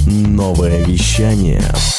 Новое вещание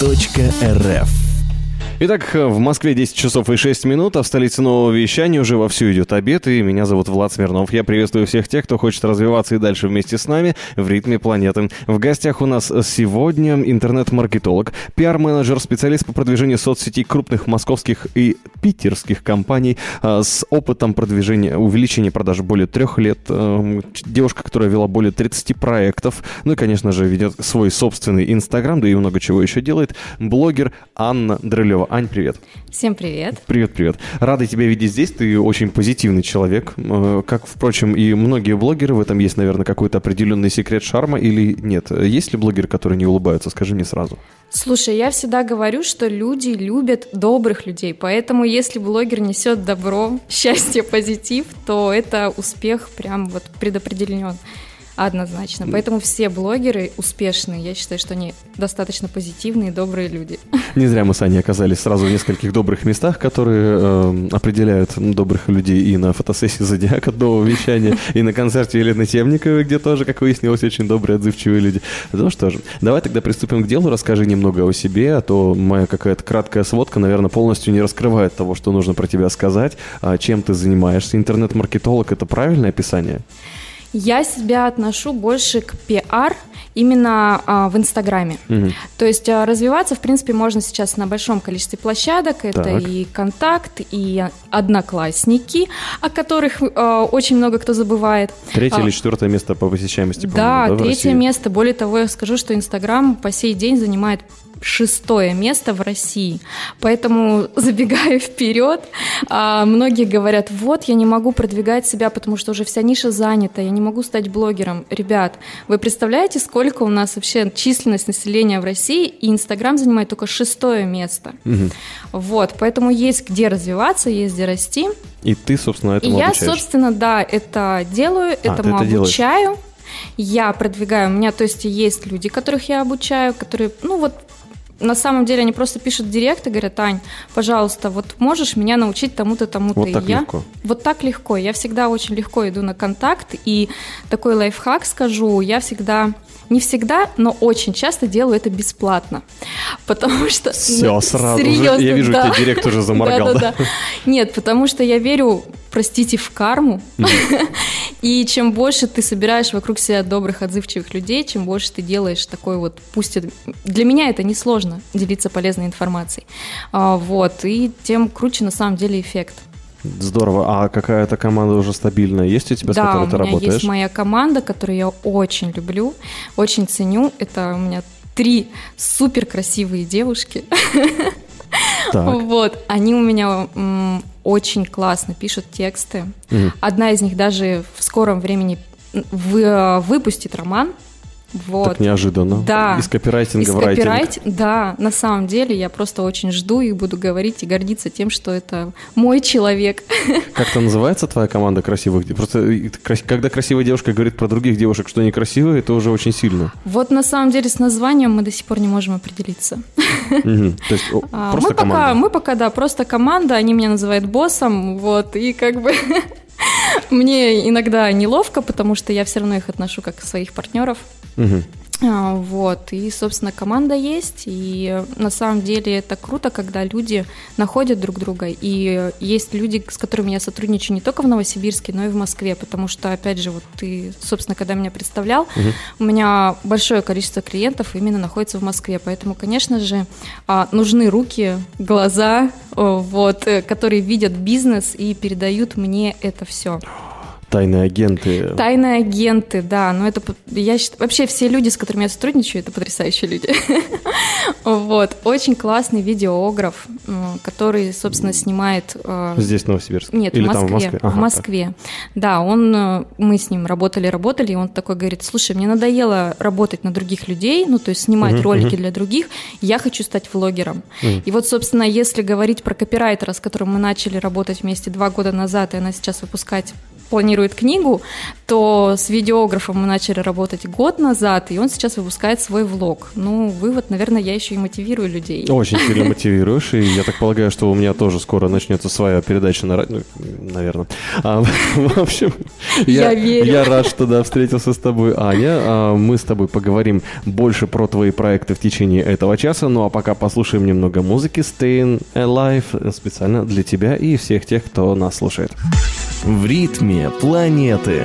.рф. Итак, в Москве 10 часов и 6 минут, а в столице нового вещания уже вовсю идет обед, и меня зовут Влад Смирнов. Я приветствую всех тех, кто хочет развиваться и дальше вместе с нами в ритме планеты. В гостях у нас сегодня интернет-маркетолог, пиар-менеджер, специалист по продвижению соцсетей крупных московских и питерских компаний с опытом продвижения, увеличения продаж более 3 лет, девушка, которая вела более 30 проектов, ну и, конечно же, ведет свой собственный Инстаграм, да и много чего еще делает, блогер Анна Дрылева. Ань, привет. Всем привет. Привет. Рада тебя видеть здесь. Ты очень позитивный человек. Как, впрочем, и многие блогеры. В этом есть, наверное, какой-то определенный секрет шарма или нет? Есть ли блогеры, которые не улыбаются? Скажи мне сразу. Слушай, я всегда говорю, что люди любят добрых людей. Поэтому если блогер несет добро, счастье, позитив, то это успех прям вот предопределен. Однозначно. Поэтому все блогеры успешные. Я считаю, что они достаточно позитивные и добрые люди. Не зря мы с Аней оказались сразу в нескольких добрых местах, которые определяют добрых людей и на фотосессии «Зодиака» нового вещания, и на концерте Елены Темниковой, где тоже, как выяснилось, очень добрые, отзывчивые люди. Ну что же, давай тогда приступим к делу. Расскажи немного о себе, а то моя какая-то краткая сводка, наверное, полностью не раскрывает того, что нужно про тебя сказать. Чем ты занимаешься? Интернет-маркетолог — это правильное описание? Я себя отношу больше к пиар именно в Инстаграме. Угу. То есть развиваться, в принципе, можно сейчас на большом количестве площадок. Это и Контакт, и Одноклассники, о которых очень много кто забывает. 3-е или 4-е место по посещаемости, по-моему, да, 3-е место. Более того, я скажу, что Инстаграм по сей день занимает 6-е место в России. Поэтому, забегая вперед, многие говорят, вот, я не могу продвигать себя, потому что уже вся ниша занята, я не могу стать блогером. Ребят, вы представляете, сколько у нас вообще численность населения в России, и Инстаграм занимает только 6-е место. Угу. Вот, поэтому есть где развиваться, есть где расти. И ты, собственно, этому обучаешь? Я, собственно, да, это делаю, этому обучаю. Я продвигаю, у меня, то есть люди, которых я обучаю, которые, на самом деле они просто пишут в директ и говорят: Ань, пожалуйста, вот можешь меня научить тому-то, тому-то. Вот так легко. Вот так легко. Я всегда очень легко иду на контакт, и такой лайфхак скажу, я всегда... Не всегда, но очень часто делаю это бесплатно. Потому что... Все, сразу серьезно, же. Я вижу, да. у тебя директ уже заморгал. Да. Нет, потому что я верю, простите, в карму. И чем больше ты собираешь вокруг себя добрых, отзывчивых людей, чем больше ты делаешь такой вот... Пусть это... Для меня это несложно, делиться полезной информацией. И тем круче на самом деле эффект. Здорово. А какая-то команда уже стабильная есть у тебя, с которой ты работаешь? Да, у меня есть моя команда, которую я очень люблю, очень ценю. Это у меня 3 супер красивые девушки. Так. Вот. Они у меня очень классно пишут тексты. Угу. Одна из них даже в скором времени выпустит роман. Вот. Так неожиданно. Да. Из копирайтинга в райтинг. Да, на самом деле я просто очень жду и буду говорить и гордиться тем, что это мой человек. Как-то называется твоя команда красивых? Просто когда красивая девушка говорит про других девушек, что они красивые, это уже очень сильно. Вот на самом деле с названием мы до сих пор не можем определиться. То есть просто команда? Мы пока, да, просто команда, они меня называют боссом, вот, и как бы... Мне иногда неловко, потому что я все равно их отношу как своих партнеров. Угу. Вот, и, собственно, команда есть, и на самом деле это круто, когда люди находят друг друга, и есть люди, с которыми я сотрудничаю не только в Новосибирске, но и в Москве, потому что, опять же, вот ты, собственно, когда меня представлял, у меня большое количество клиентов именно находится в Москве, поэтому, конечно же, нужны руки, глаза, вот, которые видят бизнес и передают мне это все. Тайные агенты. Тайные агенты, да. Но это, я считаю, вообще все люди, с которыми я сотрудничаю, это потрясающие люди. Вот. Очень классный видеограф, который, собственно, снимает... Здесь, в Новосибирске? Нет, или в Москве. Там, в Москве? В Москве. Да, мы с ним работали, и он такой говорит: слушай, мне надоело работать на других людей, то есть снимать ролики для других, я хочу стать влогером. И вот, собственно, если говорить про копирайтера, с которым мы начали работать вместе 2 года назад, и она сейчас выпускает планирует книгу, то с видеографом мы начали работать год назад, и он сейчас выпускает свой влог. Ну, вывод, наверное, я еще и мотивирую людей. Очень сильно мотивируешь, и я так полагаю, что у меня тоже скоро начнется своя передача на радио, наверное. В общем, я рад, что встретился с тобой, Аня. Мы с тобой поговорим больше про твои проекты в течение этого часа, ну а пока послушаем немного музыки Staying Alive специально для тебя и всех тех, кто нас слушает. В ритме планеты.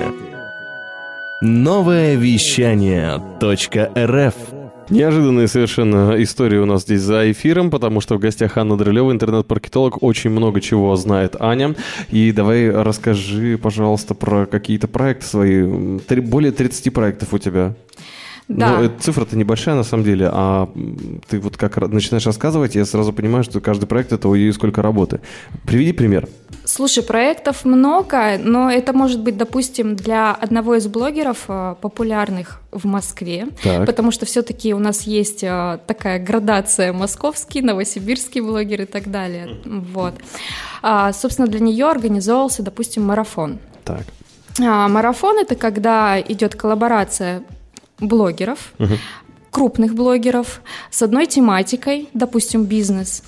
Новое вещание .рф. Неожиданная совершенно история у нас здесь за эфиром, потому что в гостях Анна Дрылева, интернет-маркетолог, очень много чего знает Аня. И давай расскажи, пожалуйста, про какие-то проекты свои. Более 30 проектов у тебя. Да. Но цифра-то небольшая на самом деле, а ты вот как начинаешь рассказывать, я сразу понимаю, что каждый проект — это ой, сколько работы. Приведи пример. Слушай, проектов много, но это может быть, допустим, для одного из блогеров популярных в Москве, потому что все-таки у нас есть такая градация: московский, новосибирский блогер и так далее. Вот. Собственно, для нее организовался, допустим, марафон. Так. Марафон — это когда идет коллаборация блогеров, крупных блогеров с одной тематикой, допустим, бизнес.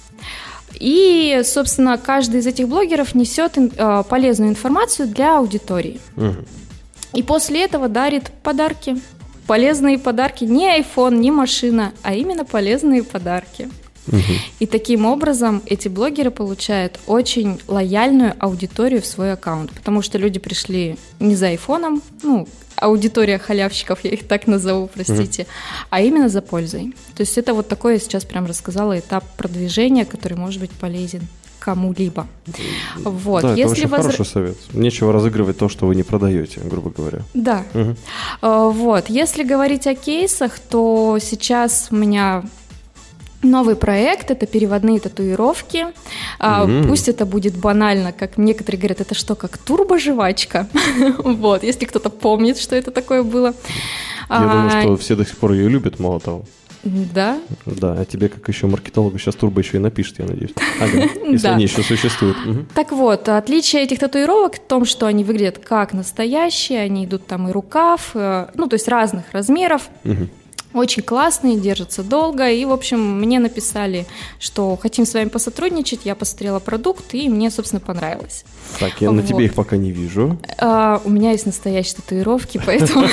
И, собственно, каждый из этих блогеров несет полезную информацию для аудитории. И после этого дарит подарки. Полезные подарки. Не iPhone, не машина, а именно полезные подарки. И таким образом эти блогеры получают очень лояльную аудиторию в свой аккаунт, потому что люди пришли не за айфоном, ну, аудитория халявщиков, я их так назову, простите, а именно за пользой. То есть это вот такой, я сейчас прям рассказала, этап продвижения, который может быть полезен кому-либо. Вот. Да, это очень хороший совет. Нечего разыгрывать то, что вы не продаете, грубо говоря. Да. Вот. Если говорить о кейсах, то сейчас у меня новый проект — это переводные татуировки. Пусть это будет банально, как некоторые говорят, это что, как турбожевачка? Вот, если кто-то помнит, что это такое было. Я думаю, что все до сих пор ее любят, мало того. Да? Да, а тебе, как еще маркетологу, сейчас турбо еще и напишет, я надеюсь. Ага, если они еще существуют. Так вот, отличие этих татуировок в том, что они выглядят как настоящие, они идут там и рукав, ну, то есть разных размеров. Очень классные, держатся долго. И, в общем, мне написали, что хотим с вами посотрудничать. Я посмотрела продукт, и мне, собственно, понравилось. Так, я на тебе их пока не вижу. У меня есть настоящие татуировки, поэтому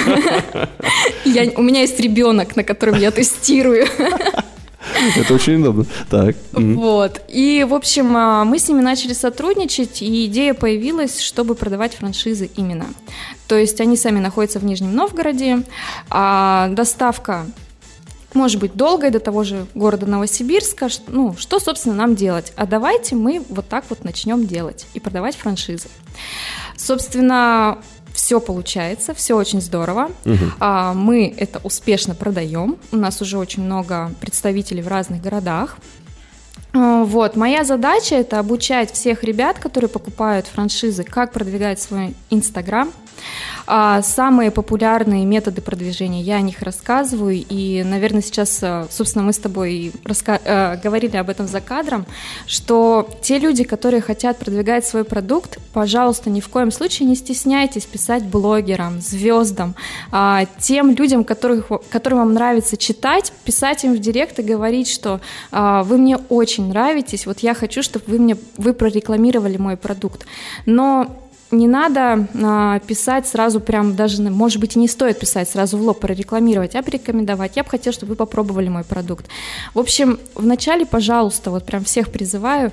у меня есть ребенок, на котором я тестирую. Это очень удобно. Так. Вот. И, в общем, мы с ними начали сотрудничать, и идея появилась, чтобы продавать франшизы именно. То есть они сами находятся в Нижнем Новгороде, а доставка может быть долгой до того же города Новосибирска. Ну, что, собственно, нам делать? А давайте мы вот так вот начнем делать и продавать франшизы. Собственно, все получается, все очень здорово. Мы это успешно продаем. У нас уже очень много представителей в разных городах. Вот. Моя задача – это обучать всех ребят, которые покупают франшизы, как продвигать свой Инстаграм. Самые популярные методы продвижения, я о них рассказываю, и, наверное, сейчас, собственно, мы с тобой говорили об этом за кадром, что те люди, которые хотят продвигать свой продукт, пожалуйста, ни в коем случае не стесняйтесь писать блогерам, звездам, тем людям, которым вам нравится читать, писать им в директ и говорить, что вы мне очень нравитесь, вот я хочу, чтобы вы прорекламировали мой продукт. Но не надо писать сразу прям, даже, может быть, и не стоит писать сразу в лоб, прорекламировать, а порекомендовать. Я бы хотела, чтобы вы попробовали мой продукт. В общем, вначале, пожалуйста, вот прям всех призываю,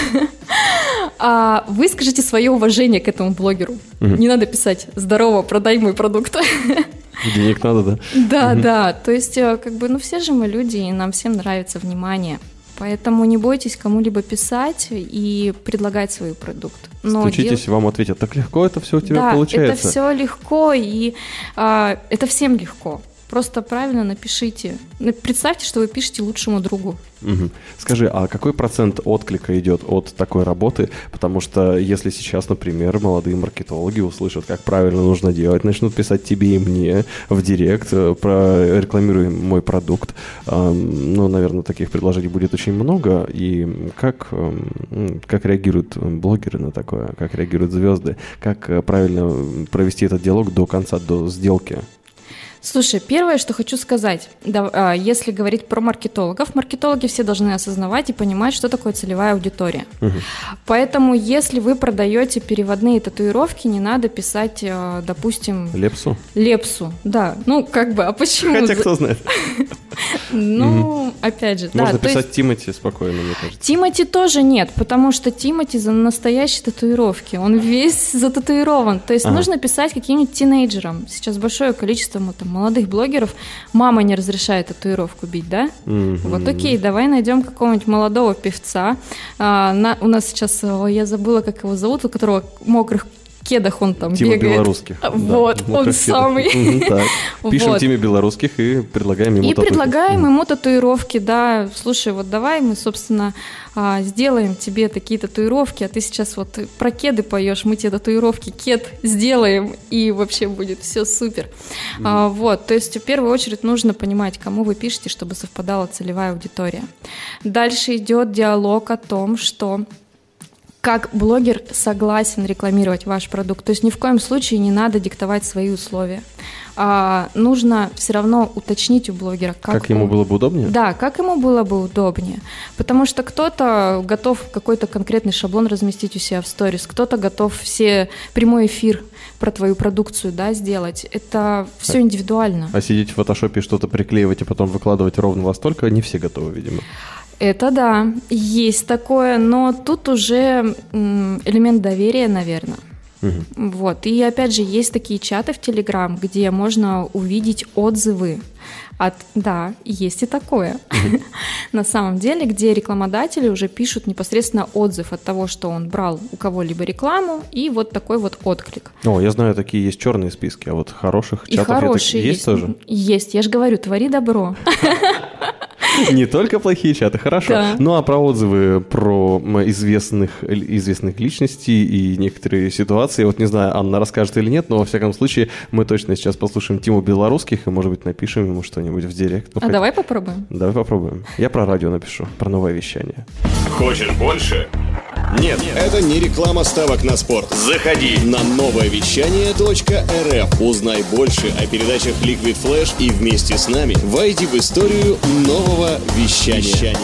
выскажите свое уважение к этому блогеру. Не надо писать «Здорово, продай мой продукт». Денег надо, да? Да. То есть, как бы, все же мы люди, и нам всем нравится внимание. Поэтому не бойтесь кому-либо писать и предлагать свой продукт. Стучитесь, вам ответят, так легко это все у тебя получается. Да, это все легко, и это всем легко. Просто правильно напишите. Представьте, что вы пишете лучшему другу. Угу. Скажи, а какой процент отклика идет от такой работы? Потому что если сейчас, например, молодые маркетологи услышат, как правильно нужно делать, начнут писать тебе и мне в директ, прорекламируй мой продукт, наверное, таких предложений будет очень много. И как реагируют блогеры на такое? Как реагируют звезды? Как правильно провести этот диалог до конца, до сделки? Слушай, первое, что хочу сказать, если говорить про маркетологов, маркетологи все должны осознавать и понимать, что такое целевая аудитория. Угу. Поэтому, если вы продаете переводные татуировки, не надо писать, допустим... Лепсу, да. А почему? Хотя кто знает. Опять же, можно писать Тимати спокойно, мне кажется. Тимати тоже нет, потому что Тимати за настоящие татуировки, он весь зататуирован. То есть нужно писать каким-нибудь тинейджерам. Сейчас большое количество молодых блогеров, мама не разрешает татуировку бить, да? Вот окей, давай найдем какого-нибудь молодого певца. У нас сейчас, я забыла, как его зовут, у которого мокрых кедах он там Тима бегает. Белорусских. Вот, он самый. Пишем Тиме Белорусских и предлагаем ему татуировки. И предлагаем ему татуировки, да. Слушай, вот давай мы, собственно, сделаем тебе такие татуировки, а ты сейчас вот про кеды поешь, мы тебе татуировки кед сделаем, и вообще будет все супер. Вот, то есть в первую очередь нужно понимать, кому вы пишете, чтобы совпадала целевая аудитория. Дальше идет диалог о том, что как блогер согласен рекламировать ваш продукт. То есть ни в коем случае не надо диктовать свои условия. Нужно все равно уточнить у блогера, как ему было бы удобнее? Да, как ему было бы удобнее. Потому что кто-то готов какой-то конкретный шаблон разместить у себя в сторис, кто-то готов прямой эфир про твою продукцию, да, сделать. Это все индивидуально. А сидеть в фотошопе и что-то приклеивать и потом выкладывать ровно во столько, не все готовы, видимо. Это да, есть такое, но тут уже элемент доверия, наверное. Угу. Вот. И опять же, есть такие чаты в Telegram, где можно увидеть отзывы. Да, есть и такое. Угу. На самом деле, где рекламодатели уже пишут непосредственно отзыв от того, что он брал у кого-либо рекламу, и вот такой вот отклик. Я знаю, такие есть черные списки, а вот хороших чатов хорошие есть тоже? Есть, я же говорю, твори добро. Не только плохие чаты, хорошо. Да. А про отзывы про известных личностей и некоторые ситуации, вот не знаю, Анна расскажет или нет, но во всяком случае мы точно сейчас послушаем Тиму Белорусских и, может быть, напишем ему что-нибудь в директ. Давай попробуем? Давай попробуем. Я про радио напишу, про новое вещание. Хочешь больше? Нет, это не реклама ставок на спорт. Заходи на нововещание.рф. Узнай больше о передачах Liquid Flash и вместе с нами войди в историю нового вещания.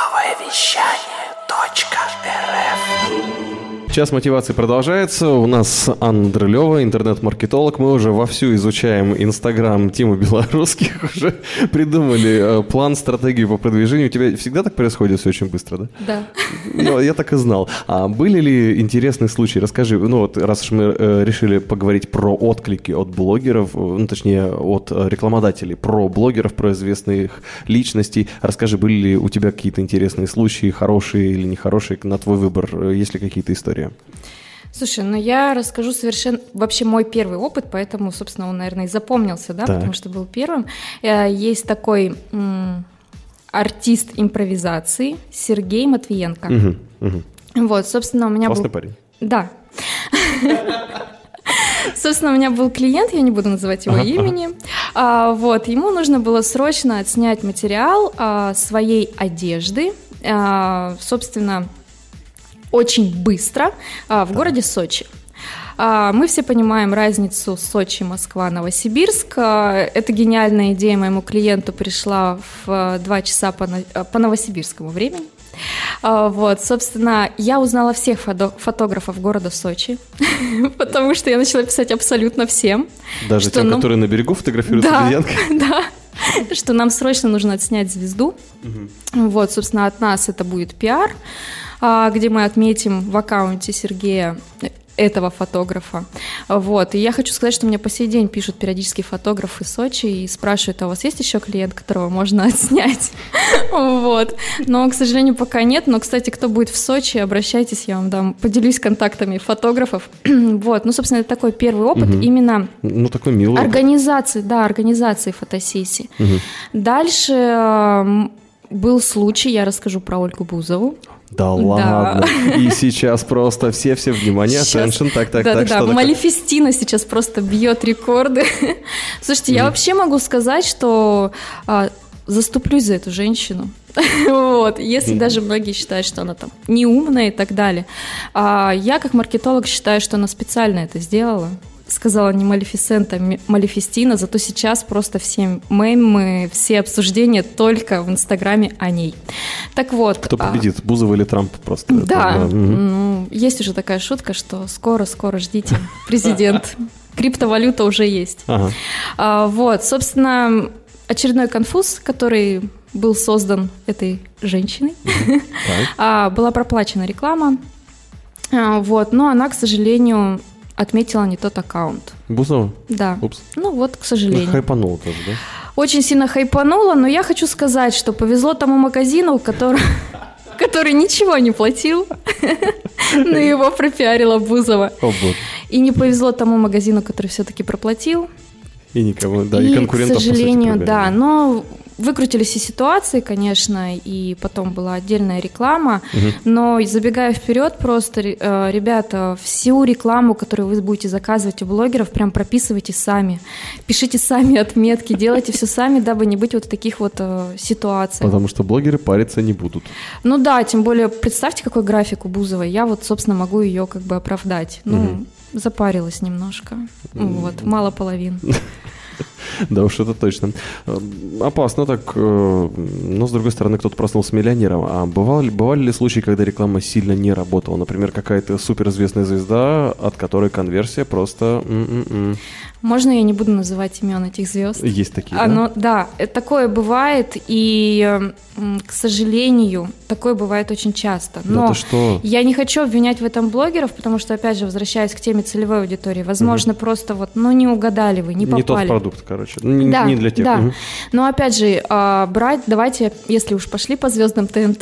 Нововещание.рф. Час мотивации продолжается. У нас Анна Дрылева, интернет-маркетолог. Мы уже вовсю изучаем Инстаграм Тимы Белорусских. Уже придумали план, стратегию по продвижению. У тебя всегда так происходит все очень быстро, да? Да. Я так и знал. А были ли интересные случаи? Расскажи, раз уж мы решили поговорить про отклики от блогеров, точнее, от рекламодателей, про блогеров, про известных личностей. Расскажи, были ли у тебя какие-то интересные случаи, хорошие или нехорошие, на твой выбор? Есть ли какие-то истории? Слушай, я расскажу совершенно... Вообще мой первый опыт, поэтому, собственно, он, наверное, и запомнился, да, потому что был первым. Есть такой артист импровизации Сергей Матвиенко. Вот, собственно, у меня классный парень. Да. Собственно, у меня был клиент, я не буду называть его имени. Вот, ему нужно было срочно отснять материал своей одежды, собственно, очень быстро в городе Сочи. Мы все понимаем разницу Сочи, Москва, Новосибирск. Эта гениальная идея моему клиенту пришла в 2 часа по новосибирскому времени. Вот, собственно, я узнала всех фотографов города Сочи, потому что я начала писать абсолютно всем. Даже тем, которые на берегу фотографируют студентки? Да, что нам срочно нужно отснять звезду. Вот, собственно, от нас это будет пиар, где мы отметим в аккаунте Сергея этого фотографа. Вот. И я хочу сказать, что мне по сей день пишут периодически фотографы из Сочи и спрашивают, а у вас есть еще клиент, которого можно отснять? Вот. Но, к сожалению, пока нет. Но, кстати, кто будет в Сочи, обращайтесь, я вам поделюсь контактами фотографов. Вот. Ну, собственно, это такой первый опыт именно такой милый организации фотосессии. Дальше был случай, я расскажу про Ольгу Бузову. Да ладно. И сейчас просто все внимание, attention, так. Да. Малефистина сейчас просто бьет рекорды. Слушайте, я вообще могу сказать, что заступлюсь за эту женщину. Вот, если даже многие считают, что она там неумная и так далее. Я как маркетолог считаю, что она специально это сделала. Сказала не Малефисента, а Малефистина, зато сейчас просто все мемы, все обсуждения только в Инстаграме о ней. Так вот. Кто победит, Бузова или Трамп просто? Да, есть уже такая шутка, что скоро ждите, президент. Криптовалюта уже есть. Вот, собственно, очередной конфуз, который был создан этой женщиной. Была проплачена реклама, вот, но она, к сожалению, отметила не тот аккаунт. Бузова? Да. Упс. Ну вот, к сожалению. Хайпанула тоже, да? Очень сильно хайпанула, но я хочу сказать, что повезло тому магазину, который ничего не платил, но его пропиарила Бузова. О, боже. И не повезло тому магазину, который все-таки проплатил. И никого, да, и конкурентов, к сожалению, да, но выкрутились из ситуации, конечно, и потом была отдельная реклама, но забегая вперед, просто, ребята, всю рекламу, которую вы будете заказывать у блогеров, прям прописывайте сами, пишите сами отметки, делайте все сами, дабы не быть вот в таких вот ситуациях. Потому что блогеры париться не будут. Ну да, тем более, представьте, какой график у Бузовой, я вот, собственно, могу ее как бы оправдать, запарилась немножко, вот, мало половин. Да уж, это точно. Опасно так, но с другой стороны, кто-то проснулся миллионером. А бывали ли случаи, когда реклама сильно не работала? Например, какая-то суперизвестная звезда, от которой конверсия просто... Можно я не буду называть имен этих звезд? Есть такие, да? Такое бывает, и, к сожалению, такое бывает очень часто. Но я не хочу обвинять в этом блогеров, потому что, опять же, возвращаясь к теме целевой аудитории, возможно, просто вот, не угадали вы, не попали. Не тот продукт, короче, не для тех. Да, но, опять же, давайте, если уж пошли по звездам ТНТ,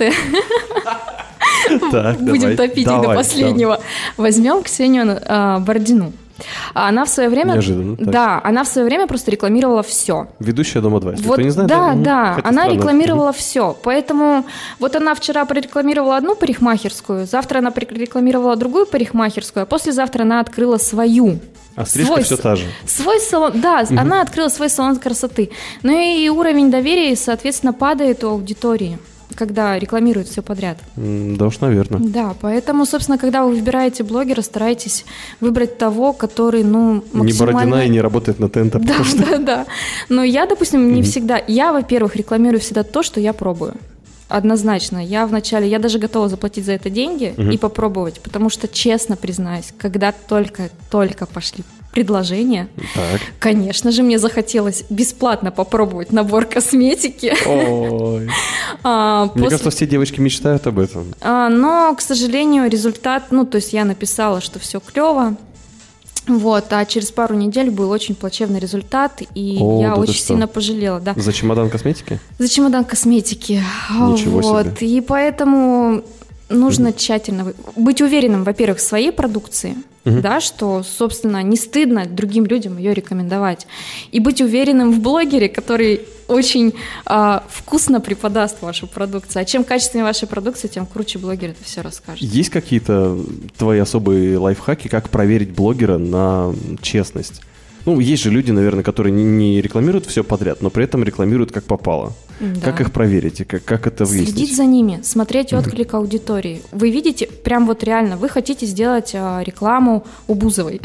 будем топить их до последнего, возьмем Ксению Бородину. Она в свое время... Неожиданно. Да, она в свое время просто рекламировала все. Ведущая Дома-2, если вот, кто не знает. Да, она рекламировала все. Поэтому вот она вчера прорекламировала одну парикмахерскую, завтра она прорекламировала другую парикмахерскую, а послезавтра она открыла свою. А стрижка все та же. Свой салон, да, она открыла свой салон красоты. Ну и уровень доверия, соответственно, падает у аудитории, когда рекламируют все подряд. Да уж, наверное. Да, поэтому, собственно, когда вы выбираете блогера, старайтесь выбрать того, который, максимально... Не Бородина и не работает на ТНТ. Да. Но я, допустим, не всегда... Я, во-первых, рекламирую всегда то, что я пробую. Однозначно. Я вначале даже готова заплатить за это деньги и попробовать, потому что, честно признаюсь, когда только пошли предложения, конечно же, мне захотелось бесплатно попробовать набор косметики. Ой. Мне кажется, все девочки мечтают об этом. Но, к сожалению, результат, то есть я написала, что все клево. Вот, а через пару недель был очень плачевный результат, и я очень сильно пожалела. Да. За чемодан косметики? За чемодан косметики. Ничего себе. И поэтому нужно тщательно быть уверенным, во-первых, в своей продукции, да, что, собственно, не стыдно другим людям ее рекомендовать. И быть уверенным в блогере, который очень вкусно преподаст вашу продукцию. А чем качественнее ваша продукция, тем круче блогер это все расскажет. Есть какие-то твои особые лайфхаки, как проверить блогера на честность? Есть же люди, наверное, которые не рекламируют все подряд, но при этом рекламируют как попало. Да. Как их проверить и как это выяснить? Следить за ними, смотреть отклик аудитории. Вы видите, прям вот реально, вы хотите сделать рекламу у Бузовой.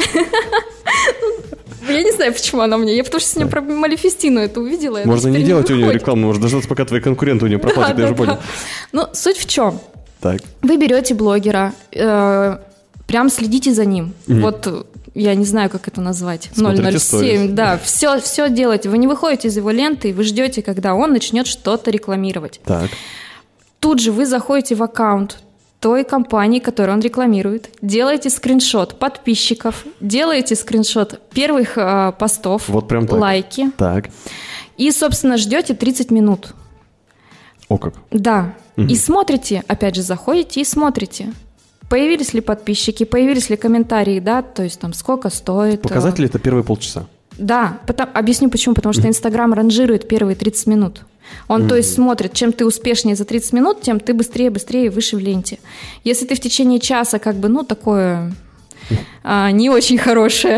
Я не знаю, почему она мне. Я потому что с ней про Малефистину это увидела. Можно не делать у нее рекламу, можно дождаться, пока твои конкуренты у нее проплатят, я уже понял. Суть в чем? Так. Вы берете блогера, прям следите за ним. Вот я не знаю, как это назвать. 007, да, все делаете. Вы не выходите из его ленты, и вы ждете, когда он начнет что-то рекламировать. Так. Тут же вы заходите в аккаунт, той компании, которую он рекламирует, делаете скриншот подписчиков, делаете скриншот первых постов, вот прям так. лайки. Так. И, собственно, ждете 30 минут. О как. Да. И смотрите, опять же, заходите и смотрите. Появились ли подписчики, появились ли комментарии, да, то есть там сколько стоит. Показатели это первые полчаса. Да, объясню почему. Потому что Инстаграм ранжирует первые 30 минут. Он, то есть, смотрит, чем ты успешнее за 30 минут, тем ты быстрее и выше в ленте. Если ты в течение часа, как бы, ну, такое не очень хорошее,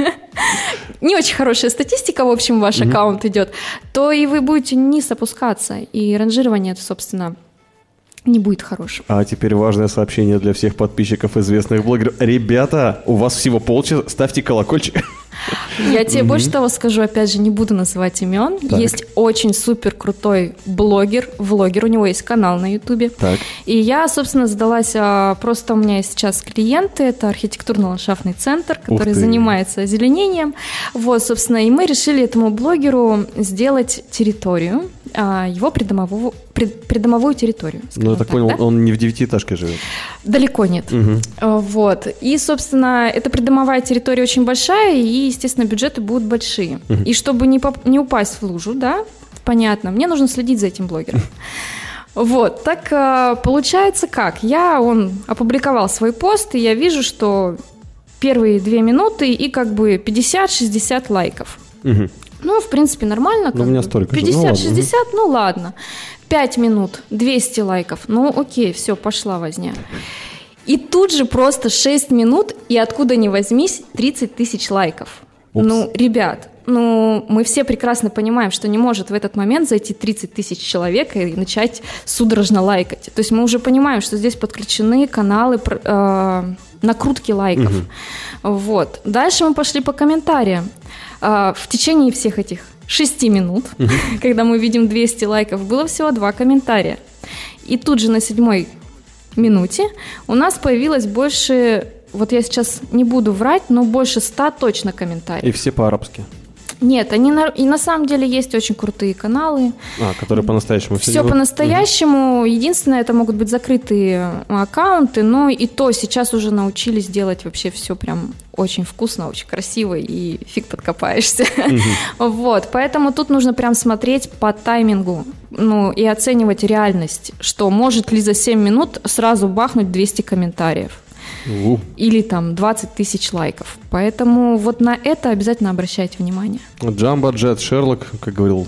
не очень хорошая статистика, в общем, ваш аккаунт идет, то и вы будете вниз опускаться. И ранжирование, это, собственно, не будет хорошим. А теперь важное сообщение для всех подписчиков известных блогеров. Ребята, у вас всего полчаса, ставьте колокольчик. Я тебе больше того скажу, опять же, не буду называть имен. Так. Есть очень супер крутой влогер, у него есть канал на Ютубе. Так. И я, собственно, задалась, просто у меня есть сейчас клиенты, это архитектурно-ландшафтный центр, который занимается озеленением. Вот, собственно, и мы решили этому блогеру сделать территорию, его придомовую территорию. Ну, я так понял, да? Он не в 9-этажке живет. Далеко нет. Вот. И, собственно, эта придомовая территория очень большая, и, естественно, бюджеты будут большие. И чтобы не упасть в лужу, да, понятно, мне нужно следить за этим блогером. Вот, так получается как? Он опубликовал свой пост, и я вижу, что первые 2 минуты и как бы 50-60 лайков. Ну, в принципе, нормально. Ну, у меня столько. 50-60, ну ладно. 5 минут, 200 лайков. Ну, окей, все, пошла возня. И тут же просто 6 минут, и откуда ни возьмись, 30 тысяч лайков. Упс. Ну, ребят, мы все прекрасно понимаем, что не может в этот момент зайти 30 тысяч человек и начать судорожно лайкать. То есть мы уже понимаем, что здесь подключены каналы накрутки лайков. Вот. Дальше мы пошли по комментариям. В течение всех этих 6 минут, когда мы видим 200 лайков, было всего 2 комментария. И тут же на 7-й минуте у нас появилось больше, вот я сейчас не буду врать, но больше 100 точно комментариев. И все по-арабски? Нет, и на самом деле есть очень крутые каналы. Которые по-настоящему все делают? Все по-настоящему. Единственное, это могут быть закрытые аккаунты, но и то сейчас уже научились делать вообще все прям очень вкусно, очень красиво, и фиг подкопаешься. Вот, поэтому тут нужно прям смотреть по таймингу, и оценивать реальность, что может ли за 7 минут сразу бахнуть 200 комментариев. Или там 20 тысяч лайков. Поэтому вот на это обязательно обращайте внимание. Джамбо, Джет, Шерлок, как говорил.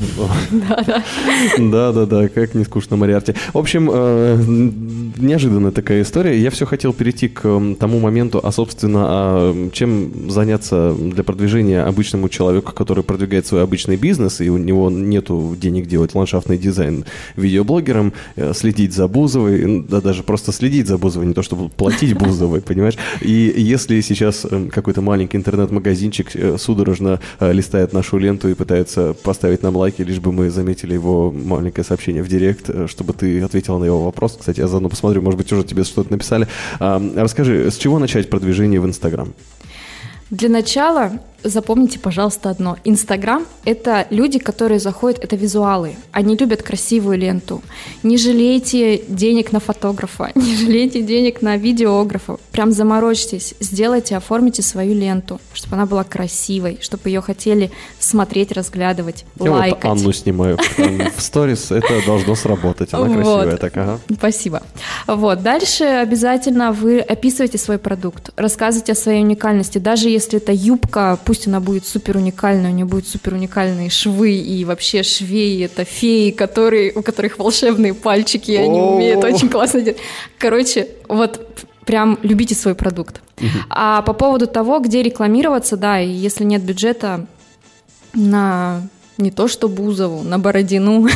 Да, как не скучно Мориарти. В общем, неожиданная такая история. Я все хотел перейти к тому моменту, собственно, чем заняться для продвижения обычному человеку, который продвигает свой обычный бизнес, и у него нету денег делать ландшафтный дизайн видеоблогером, следить за Бузовой, да даже просто следить за Бузовой, не то чтобы платить Бузовой, понимаешь? И если сейчас какой-то маленький интернет-магазинчик судорожно листает нашу ленту и пытается поставить нам лайки, лишь бы мы заметили его маленькое сообщение в директ, чтобы ты ответила на его вопрос. Кстати, я заодно посмотрю, может быть, уже тебе что-то написали. Расскажи, с чего начать продвижение в Инстаграм? Для начала запомните, пожалуйста, одно. Инстаграм – это люди, которые заходят, это визуалы. Они любят красивую ленту. Не жалейте денег на фотографа, не жалейте денег на видеографа. Прям заморочьтесь, сделайте, оформите свою ленту, чтобы она была красивой, чтобы ее хотели смотреть, разглядывать, лайкать. Я вот Анну снимаю в сторис, это должно сработать. Она красивая так, ага. Спасибо. Вот. Дальше обязательно вы описываете свой продукт, рассказывайте о своей уникальности. Даже если это юбка, пусть она будет супер уникальная, у нее будут супер уникальные швы, и вообще швеи — это феи, у которых волшебные пальчики, и они умеют очень классно делать. Короче, вот прям любите свой продукт. А по поводу того, где рекламироваться, да, и если нет бюджета на не то что Бузову, на Бородину.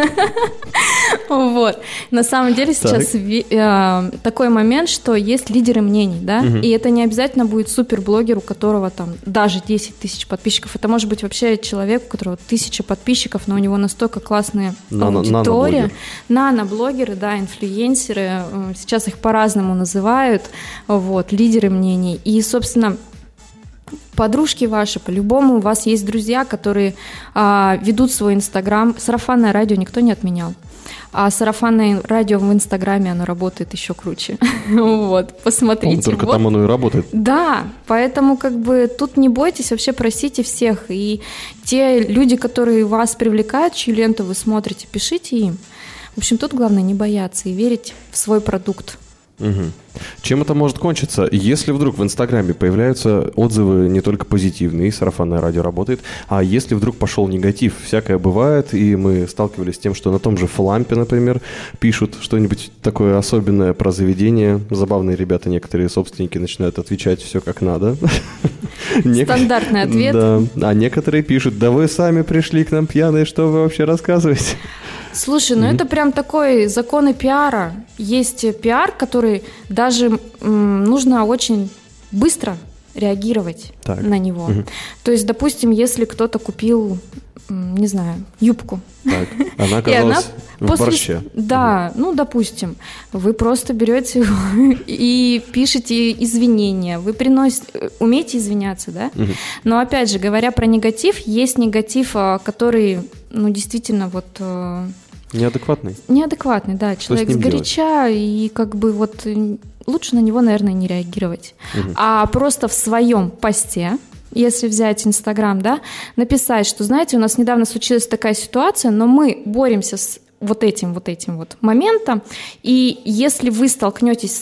Вот. На самом деле сейчас такой момент, что есть лидеры мнений, да, и это не обязательно будет суперблогер, у которого там даже 10 тысяч подписчиков. Это может быть вообще человек, у которого 1000 подписчиков, но у него настолько классная аудитория. Наноблогеры, да, инфлюенсеры. Сейчас их по-разному называют. Вот, лидеры мнений. И, собственно, Подружки ваши, по-любому у вас есть друзья, которые ведут свой Инстаграм. Сарафанное радио никто не отменял. А сарафанное радио в Инстаграме, оно работает еще круче. Вот, посмотрите. Только там оно и работает. Да, поэтому как бы тут не бойтесь, вообще просите всех. И те люди, которые вас привлекают, чью ленту вы смотрите, пишите им. В общем, тут главное не бояться и верить в свой продукт. Угу. Чем это может кончиться? Если вдруг в Инстаграме появляются отзывы не только позитивные, сарафанное радио работает, а если вдруг пошел негатив, всякое бывает, и мы сталкивались с тем, что на том же Флампе, например, пишут что-нибудь такое особенное про заведение, забавные ребята, некоторые собственники начинают отвечать все как надо. Стандартный ответ. Да, а некоторые пишут: да вы сами пришли к нам пьяные, что вы вообще рассказываете? Слушай, ну это прям такой законы пиара. Есть пиар, который даже нужно очень быстро реагировать на него. То есть, допустим, если кто-то купил, не знаю, юбку. Так, она оказалась в борще. Да, ну, допустим, вы просто берете его и пишете извинения. Вы умеете извиняться, да? Но, опять же, говоря про негатив, есть негатив, который, ну, действительно, вот... Неадекватный? Неадекватный, да. Человек сгоряча, и как бы вот лучше на него, наверное, не реагировать. А просто в своем посте, если взять Инстаграм, да, написать, что, знаете, у нас недавно случилась такая ситуация, но мы боремся с вот этим моментом, и если вы столкнетесь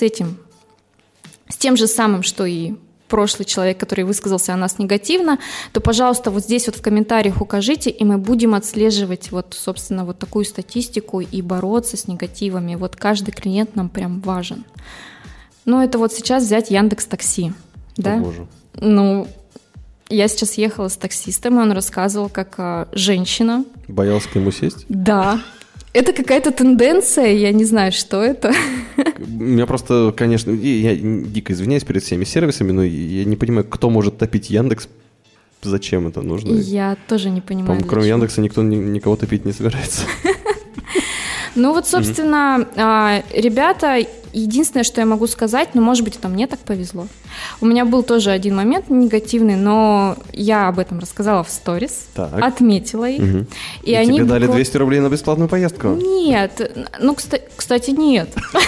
с тем же самым, что и прошлый человек, который высказался о нас негативно, то, пожалуйста, вот здесь вот в комментариях укажите, и мы будем отслеживать вот, собственно, вот такую статистику и бороться с негативами. Вот каждый клиент нам прям важен. Ну, это вот сейчас взять Яндекс.Такси, да? О, боже. Ну, я сейчас ехала с таксистом, и он рассказывал, как женщина... Боялась к нему сесть? Да. Это какая-то тенденция, я не знаю, что это. У меня просто, конечно, я дико извиняюсь перед всеми сервисами, но я не понимаю, кто может топить Яндекс, зачем это нужно. Я тоже не понимаю. По-моему, кроме Яндекса никто никого топить не собирается. Ну вот, собственно, ребята, единственное, что я могу сказать, ну, может быть, это мне так повезло. У меня был тоже один момент негативный, но я об этом рассказала в сторис, отметила их. И они тебе дали 200 рублей на бесплатную поездку? Нет, ну, кстати, нет.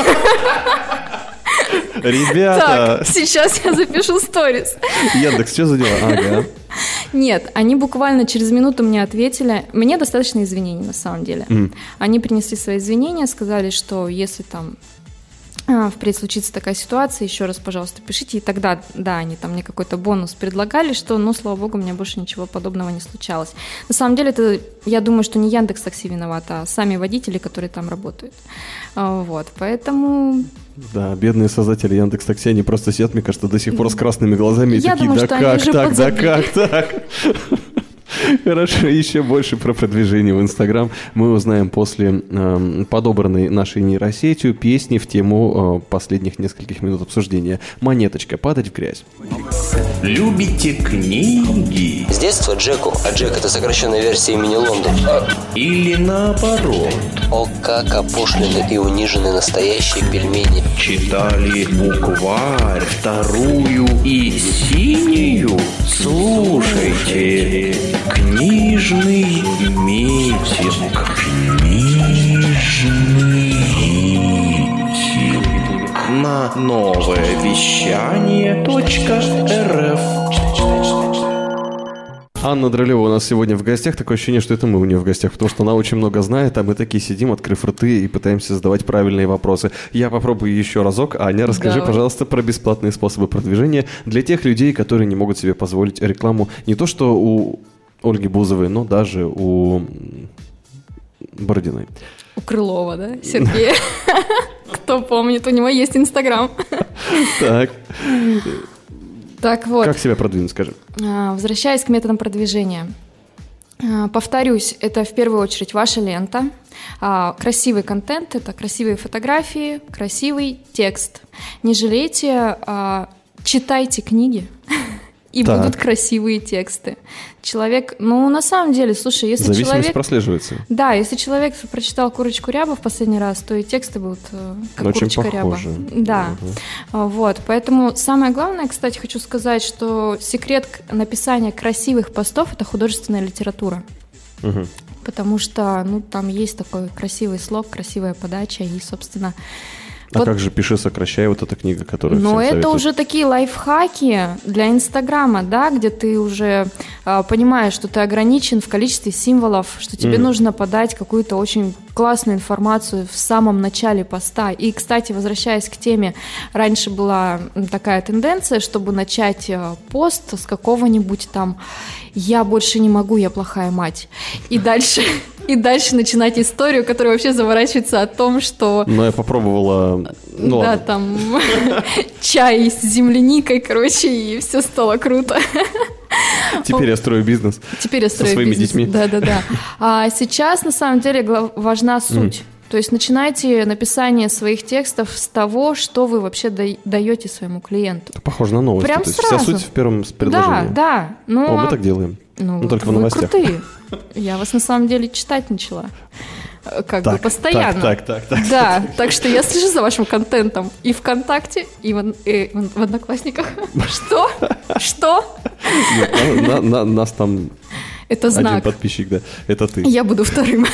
Ребята! Так, сейчас я запишу сторис. Яндекс, что за дела? Ага. Нет, они буквально через минуту мне ответили. Мне достаточно извинений, на самом деле. Они принесли свои извинения, сказали, что если там впредь случится такая ситуация, еще раз, пожалуйста, пишите. И тогда, да, они там мне какой-то бонус предлагали, что, ну, слава богу, у меня больше ничего подобного не случалось. На самом деле, это, я думаю, что не Яндекс.Такси виноват, а сами водители, которые там работают. Вот, поэтому... Да, бедные создатели Яндекс.Такси, они просто сидят, мне кажется, до сих пор с красными глазами и такие: думаю, да как так? Хорошо, еще больше про продвижение в Инстаграм мы узнаем после подобранной нашей нейросетью песни в тему последних нескольких минут обсуждения. Монеточка, падать в грязь. Любите книги? С детства Джеку, а Джек — это сокращенная версия имени Лондон. Или наоборот? О, как опошлены и унижены настоящие пельмени. Читали букварь, вторую и синюю? Слушайте, книжный митинг. Книжный митинг. На новое вещание.рф. Анна Дролева у нас сегодня в гостях. Такое ощущение, что это мы у нее в гостях, потому что она очень много знает, а мы такие сидим, открыв рты, и пытаемся задавать правильные вопросы. Я попробую еще разок. Аня, расскажи, пожалуйста, про бесплатные способы продвижения для тех людей, которые не могут себе позволить рекламу не то что у Ольги Бузовой, но даже у Бородиной. У Крылова, да, Сергея? Кто помнит, у него есть Инстаграм. Так. Так вот. Как себя продвинуть, скажи? Возвращаясь к методам продвижения. Повторюсь, это в первую очередь ваша лента. Красивый контент – это красивые фотографии, красивый текст. Не жалейте, читайте книги. и будут красивые тексты. Человек, на самом деле, слушай, если зависимость человек... прослеживается. Да, если человек прочитал «Курочку Рябу» в последний раз, то и тексты будут как очень «Курочка Ряба». Да, вот, поэтому самое главное, кстати, хочу сказать, что секрет написания красивых постов – это художественная литература. Потому что, там есть такой красивый слог, красивая подача и, собственно... Как же «Пиши, сокращай» вот эта книга, которую всем это советуют? уже такие лайфхаки для Инстаграма, да, где ты уже понимаешь, что ты ограничен в количестве символов, что тебе нужно подать какую-то очень классную информацию в самом начале поста. И, кстати, возвращаясь к теме, раньше была такая тенденция, чтобы начать пост с какого-нибудь там «Я больше не могу, я плохая мать». И дальше начинать историю, которая вообще заворачивается о том, что... Я попробовала... да, там чай с земляникой, и все стало круто. Теперь я строю бизнес. Теперь я строю со своими бизнес. детьми. Да. А сейчас, на самом деле, важна суть. То есть начинайте написание своих текстов с того, что вы вообще даете своему клиенту. Это похоже на новости. Прям то есть сразу. Вся суть в первом предложении. Да. Мы так делаем. Только в вы новостях. крутые. Я вас на самом деле читать начала. Бы постоянно. Так. Да, так что я слежу за вашим контентом и ВКонтакте, и в Одноклассниках. Что? Нет, нас там это знак. один подписчик, да. Это ты. Я буду вторым.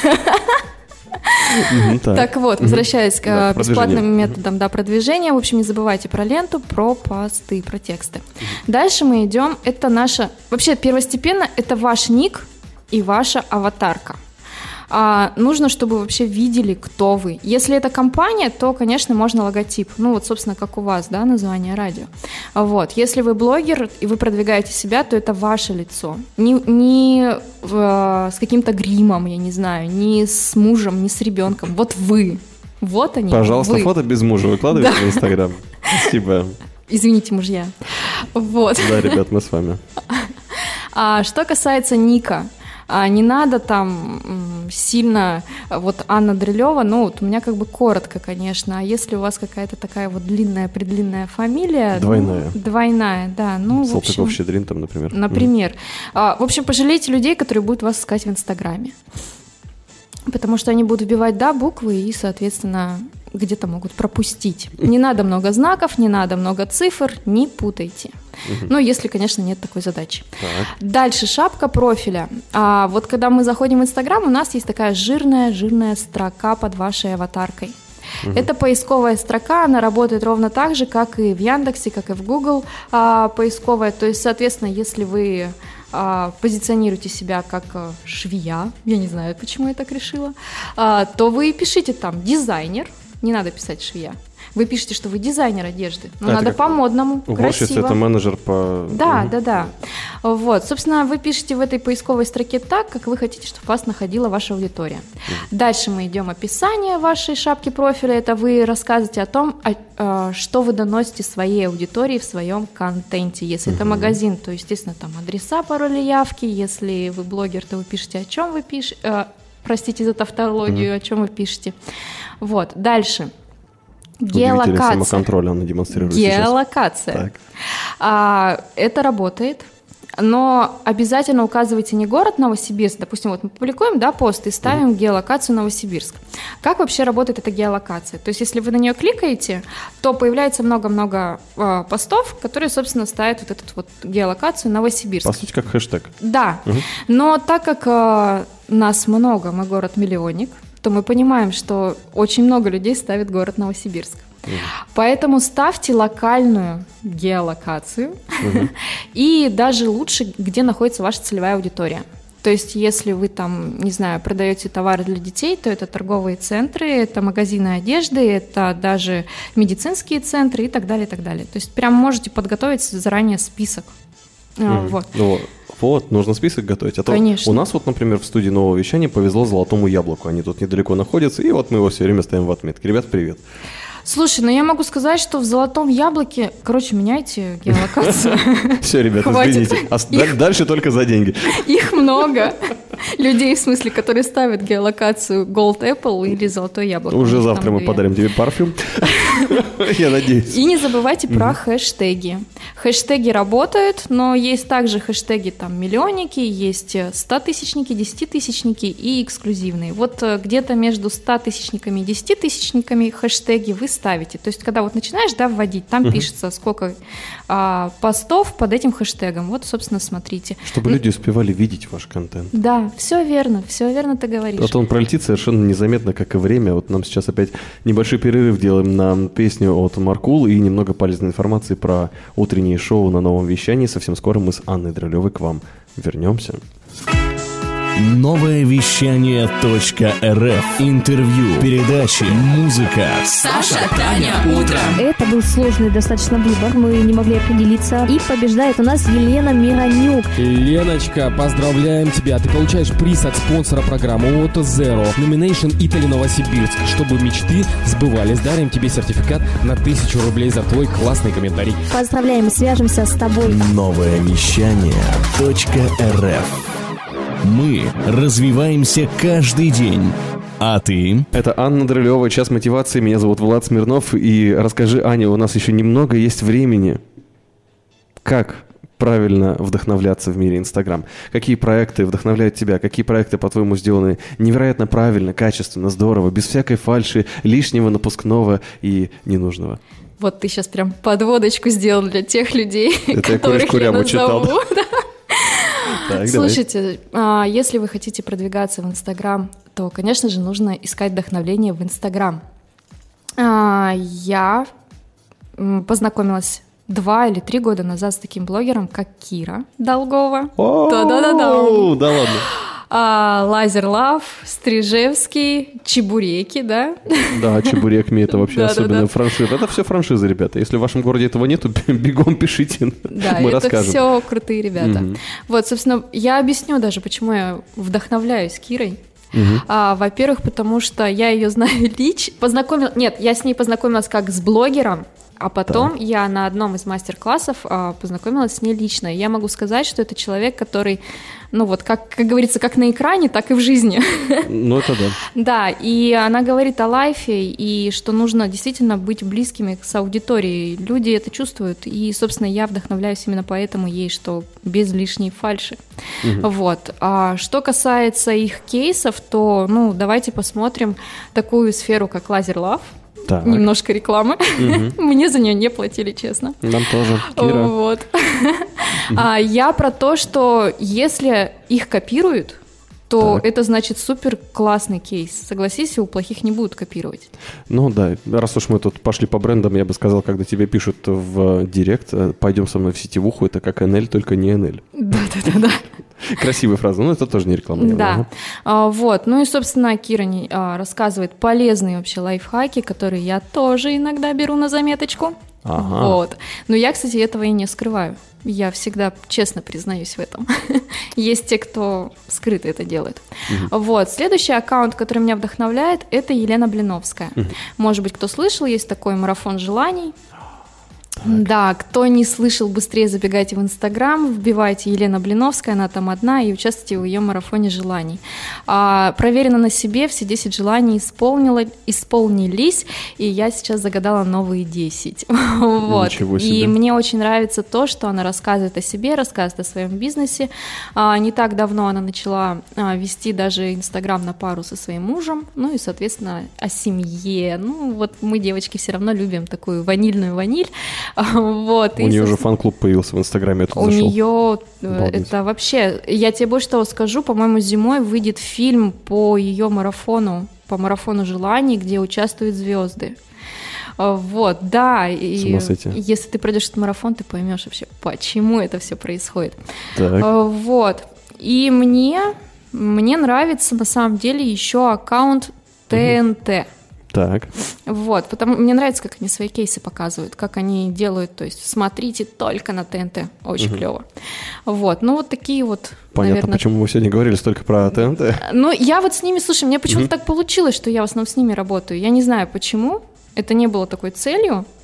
Так вот, возвращаясь к бесплатным методам продвижения, в общем, не забывайте про ленту, про посты, про тексты. Дальше мы идем, это наша... Вообще, первостепенно, это ваш ник и ваша аватарка. Нужно, чтобы вы вообще видели, кто вы. Если это компания, то, конечно, можно логотип. Собственно, как у вас, да, название радио. Вот. Если вы блогер и вы продвигаете себя, то это ваше лицо. Не с каким-то гримом, я не знаю, не с мужем, не с ребенком. Вот вы. Вот они. Пожалуйста, вы. фото без мужа выкладывайте в Инстаграм. Спасибо. Извините, мужья. Вот. Да, ребят, мы с вами. Что касается ника, не надо там сильно, Анна Дрилева, у меня коротко, конечно, а если у вас какая-то такая длинная-предлинная фамилия... Двойная, да, Салтыков-Щедрин там, например. Например. В общем, пожалейте людей, которые будут вас искать в Инстаграме. Потому что они будут вбивать, буквы и, соответственно, где-то могут пропустить. Не надо много знаков, не надо много цифр, не путайте. Если, конечно, нет такой задачи. Так. Дальше шапка профиля. Когда мы заходим в Инстаграм, у нас есть такая жирная строка под вашей аватаркой. Это поисковая строка, она работает ровно так же, как и в Яндексе, как и в Google поисковая. То есть, соответственно, если вы позиционируете себя как швея, я не знаю, почему я так решила, то вы пишите там «дизайнер», не надо писать «швея». Вы пишете, что вы дизайнер одежды, но надо по-модному, красиво. Это менеджер по... Да. Вот, собственно, вы пишете в этой поисковой строке так, как вы хотите, чтобы вас находила ваша аудитория. Дальше мы идем описание вашей шапки профиля. Это вы рассказываете о том, что вы доносите своей аудитории в своем контенте. Если это магазин, то, естественно, там адреса, пароли, явки. Если вы блогер, то вы пишете, о чем вы пишете. Простите за тавтологию, о чем вы пишете. Вот, дальше. Геолокация. Удивительный самоконтроль она демонстрирует Геолокация. Это работает, но обязательно указывайте не город Новосибирск. Допустим, мы публикуем, пост и ставим геолокацию Новосибирск. Как вообще работает эта геолокация? То есть, если вы на нее кликаете, то появляется много-много постов, которые, собственно, ставят эту геолокацию Новосибирск. По сути, как хэштег. Да, но так как нас много, мы город-миллионник, то мы понимаем, что очень много людей ставит город Новосибирск. Поэтому ставьте локальную геолокацию и даже лучше, где находится ваша целевая аудитория. То есть, если вы там, не знаю, продаете товары для детей, то это торговые центры, это магазины одежды, это даже медицинские центры и так далее, и так далее. То есть, прям можете подготовить заранее список. Вот, нужно список готовить. А то Конечно. У нас например, в студии нового вещания повезло Золотому Яблоку. Они тут недалеко находятся, и мы его все время ставим в отметке. Ребят, привет. Слушай, я могу сказать, что в Золотом Яблоке... меняйте геолокацию. Все, ребята, извините. Дальше только за деньги. Их много. Людей, в смысле, которые ставят геолокацию Gold Apple или Золотое яблоко. Уже завтра мы подарим тебе парфюм. Я надеюсь. И не забывайте про хэштеги. Хэштеги работают, но есть также хэштеги там миллионники, есть 100-тысячники, 10-тысячники и эксклюзивные. Вот где-то между 100-тысячниками и 10-тысячниками хэштеги вы ставите. То есть, когда вот начинаешь, да, вводить, там пишется, сколько постов под этим хэштегом. Вот, собственно, смотрите. Чтобы люди успевали видеть ваш контент. Да, все верно ты говоришь. А то он пролетит совершенно незаметно, как и время. Вот нам сейчас опять небольшой перерыв делаем на песню от Маркул и немного полезной информации про утреннее шоу на новом вещании. Совсем скоро мы с Анной Дролевой к вам вернемся. Новое вещание.рф. Интервью, передачи, музыка. Саша, Таня, утро. Это был сложный достаточно выбор, мы не могли определиться. И побеждает у нас Елена Миронюк. Леночка, поздравляем тебя. Ты получаешь приз от спонсора программы Auto Zero Nomination Italy Новосибирск. Чтобы мечты сбывались, дарим тебе сертификат на 1000 рублей за твой классный комментарий. Поздравляем, свяжемся с тобой. Новое вещание.рф. Мы развиваемся каждый день. А ты? Это Анна Дролева, час мотивации. Меня зовут Влад Смирнов. И расскажи, Аня, у нас еще немного есть времени. Как правильно вдохновляться в мире Инстаграм? Какие проекты вдохновляют тебя? Какие проекты, по-твоему, сделаны невероятно правильно, качественно, здорово, без всякой фальши, лишнего, напускного и ненужного? Вот ты сейчас прям подводочку сделал для тех людей, это которых я назову. Так, слушайте, если вы хотите продвигаться в Инстаграм, то, конечно же, нужно искать вдохновление в Инстаграм. Я познакомилась 2 или 3 года назад с таким блогером, как Кира Долгова. Да ладно. Лазер Лав, Стрижевский, Чебуреки, да? Да, Чебурекми — это вообще особенная франшиза. Это все франшизы, ребята. Если в вашем городе этого нету, бегом пишите, да, мы расскажем. Да, это все крутые ребята. Вот, собственно, я объясню даже, почему я вдохновляюсь Кирой. Во-первых, потому что я ее знаю лично. Нет, я с ней познакомилась как с блогером, а потом я на одном из мастер-классов познакомилась с ней лично. И я могу сказать, что это человек, который, ну вот, как говорится, как на экране, так и в жизни. Ну, это да. Да, и она говорит о лайфе, и что нужно действительно быть близкими с аудиторией. Люди это чувствуют, и, собственно, я вдохновляюсь именно поэтому ей, что без лишней фальши. Вот. А что касается их кейсов, то, ну, давайте посмотрим такую сферу, как Лазер Лав. Так. Немножко рекламы. Мне за нее не платили, честно. Нам тоже, Кира. Вот. Я про то, что если их копируют, то это значит супер классный кейс. Согласись, его плохих не будут копировать. Ну да, раз уж мы тут пошли по брендам, я бы сказал, когда тебе пишут в директ, пойдем со мной в сетевуху, это как НЛ, только не НЛ. Да. Красивая фраза, но это тоже не реклама. Да, вот, ну и, собственно, Кира рассказывает полезные вообще лайфхаки, которые я тоже иногда беру на заметочку. Вот. Но я, кстати, этого и не скрываю. Я всегда честно признаюсь в этом. Есть те, кто скрыто это делает. Вот. Следующий аккаунт, который меня вдохновляет, это Елена Блиновская. Может быть, кто слышал, есть такой марафон желаний. Да, кто не слышал, быстрее забегайте в Инстаграм, вбивайте Елена Блиновская, она там одна, и участвуйте в ее марафоне желаний. Проверено на себе, все 10 желаний исполнились, и я сейчас загадала новые 10. Вот. Ничего себе. И мне очень нравится то, что она рассказывает о себе, рассказывает о своем бизнесе. Не так давно она начала вести даже Инстаграм на пару со своим мужем, ну и, соответственно, о семье. Ну вот мы, девочки, все равно любим такую ванильную ваниль. Вот, у нее уже фан-клуб появился в Инстаграме, я тут зашел. У нее это вообще, я тебе больше того скажу, по-моему, зимой выйдет фильм по ее марафону, по марафону желаний, где участвуют звезды. Вот, да, и если ты пройдешь этот марафон, ты поймешь вообще, почему это все происходит. Так. Вот, и мне нравится на самом деле еще аккаунт ТНТ. Так. Вот, потому мне нравится, как они свои кейсы показывают, как они делают, то есть смотрите только на ТНТ, очень клево. Вот, ну вот такие вот. Понятно, наверное, почему мы сегодня говорили столько про ТНТ. Ну, я вот с ними, слушай, мне почему-то так получилось, что я в основном с ними работаю. Я не знаю, почему, это не было такой целью.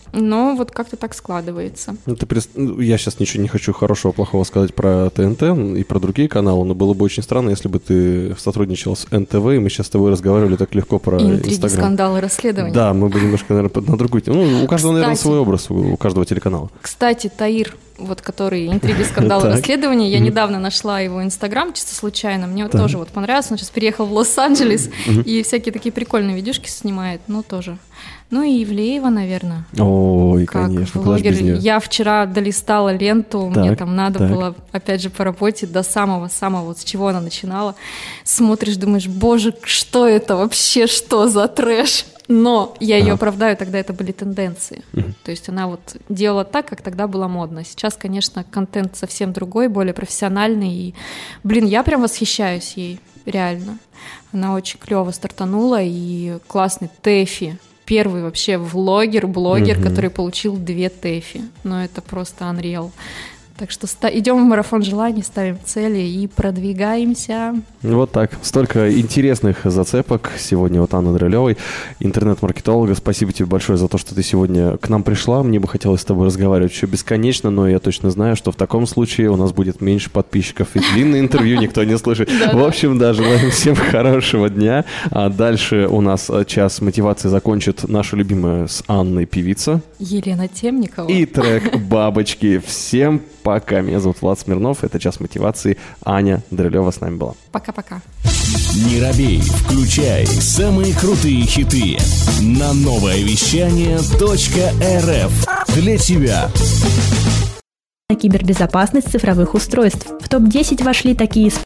Но вот как-то так складывается. Я сейчас ничего не хочу хорошего, плохого сказать про ТНТ и про другие каналы, но было бы очень странно, если бы ты сотрудничал с НТВ, и мы сейчас с тобой разговаривали так легко про Интриги, Инстаграм. Скандалы, расследования. Да, мы бы немножко, наверное, на другую тему. Ну, у каждого, наверное, свой образ, у каждого телеканала. Кстати, Таир, вот который «Интриги, скандалы, расследования», я недавно нашла его Инстаграм, чисто случайно, мне вот тоже вот понравилось, он сейчас переехал в Лос-Анджелес и всякие такие прикольные видюшки снимает, ну тоже. Ну и Ивлеева, наверное. Ой, как конечно, блогер. Я вчера долистала ленту, мне там надо было, опять же, по работе до самого-самого, вот с чего она начинала. Смотришь, думаешь, боже, что это вообще, что за трэш? Но я ее оправдаю, тогда это были тенденции. То есть она вот делала так, как тогда было модно. Сейчас, конечно, контент совсем другой, более профессиональный. И, я прям восхищаюсь ей, реально. Она очень клево стартанула, и классный Тэфи. Первый вообще блогер, который получил 2 Тэфи. Ну, это просто unreal. Так что идем в марафон желаний, ставим цели и продвигаемся. Вот так. Столько интересных зацепок сегодня от Анны Дрылевой, интернет-маркетолога. Спасибо тебе большое за то, что ты сегодня к нам пришла. Мне бы хотелось с тобой разговаривать еще бесконечно, но я точно знаю, что в таком случае у нас будет меньше подписчиков, и длинное интервью никто не слышит. В общем, да, желаем всем хорошего дня. А дальше у нас час мотивации закончит наша любимая с Анной певица Елена Темникова. И трек «Бабочки». Всем пока. Меня зовут Влад Смирнов. Это час мотивации. Аня Дрылева с нами была. Пока-пока. Не робей, включай самые крутые хиты на новое вещание.рф для тебя. Кибербезопасность цифровых устройств. В топ-10 вошли такие